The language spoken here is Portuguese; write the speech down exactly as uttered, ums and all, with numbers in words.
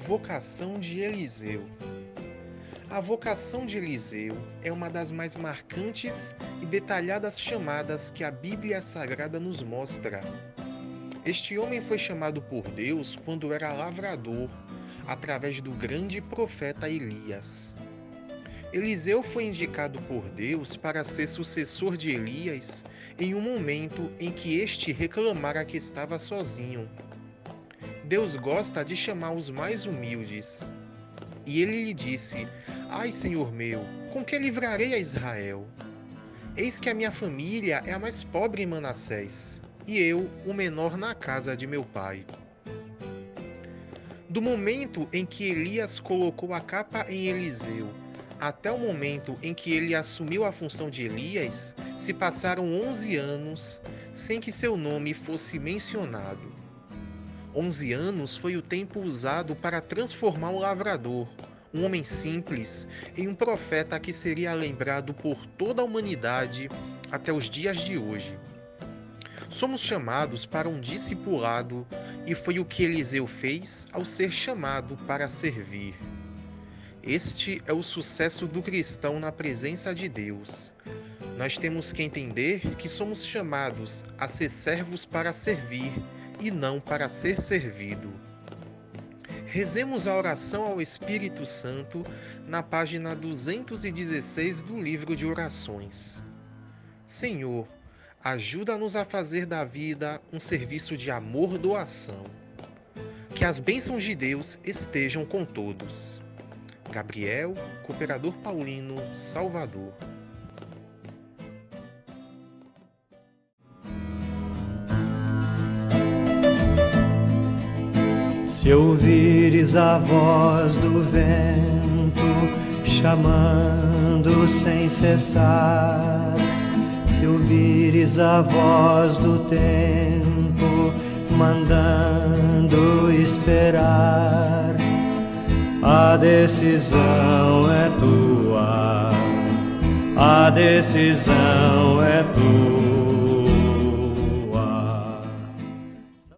Vocação de Eliseu. A vocação de Eliseu é uma das mais marcantes e detalhadas chamadas que a Bíblia Sagrada nos mostra. Este homem foi chamado por Deus quando era lavrador, através do grande profeta Elias. Eliseu foi indicado por Deus para ser sucessor de Elias em um momento em que este reclamara que estava sozinho. Deus gosta de chamar os mais humildes. E ele lhe disse: Ai, Senhor meu, com que livrarei a Israel? Eis que a minha família é a mais pobre em Manassés, e eu, o menor na casa de meu pai. Do momento em que Elias colocou a capa em Eliseu, até o momento em que ele assumiu a função de Elias, se passaram onze anos sem que seu nome fosse mencionado. Onze anos foi o tempo usado para transformar o lavrador, um homem simples, em um profeta que seria lembrado por toda a humanidade até os dias de hoje. Somos chamados para um discipulado e foi o que Eliseu fez ao ser chamado para servir. Este é o sucesso do cristão na presença de Deus. Nós temos que entender que somos chamados a ser servos para servir e não para ser servido. Rezemos a oração ao Espírito Santo na página duzentos e dezesseis do livro de orações. Senhor, ajuda-nos a fazer da vida um serviço de amor-doação. Que as bênçãos de Deus estejam com todos. Gabriel, Cooperador Paulino, Salvador. Se ouvires a voz do vento chamando sem cessar, se ouvires a voz do tempo mandando esperar, a decisão é tua, a decisão é tua.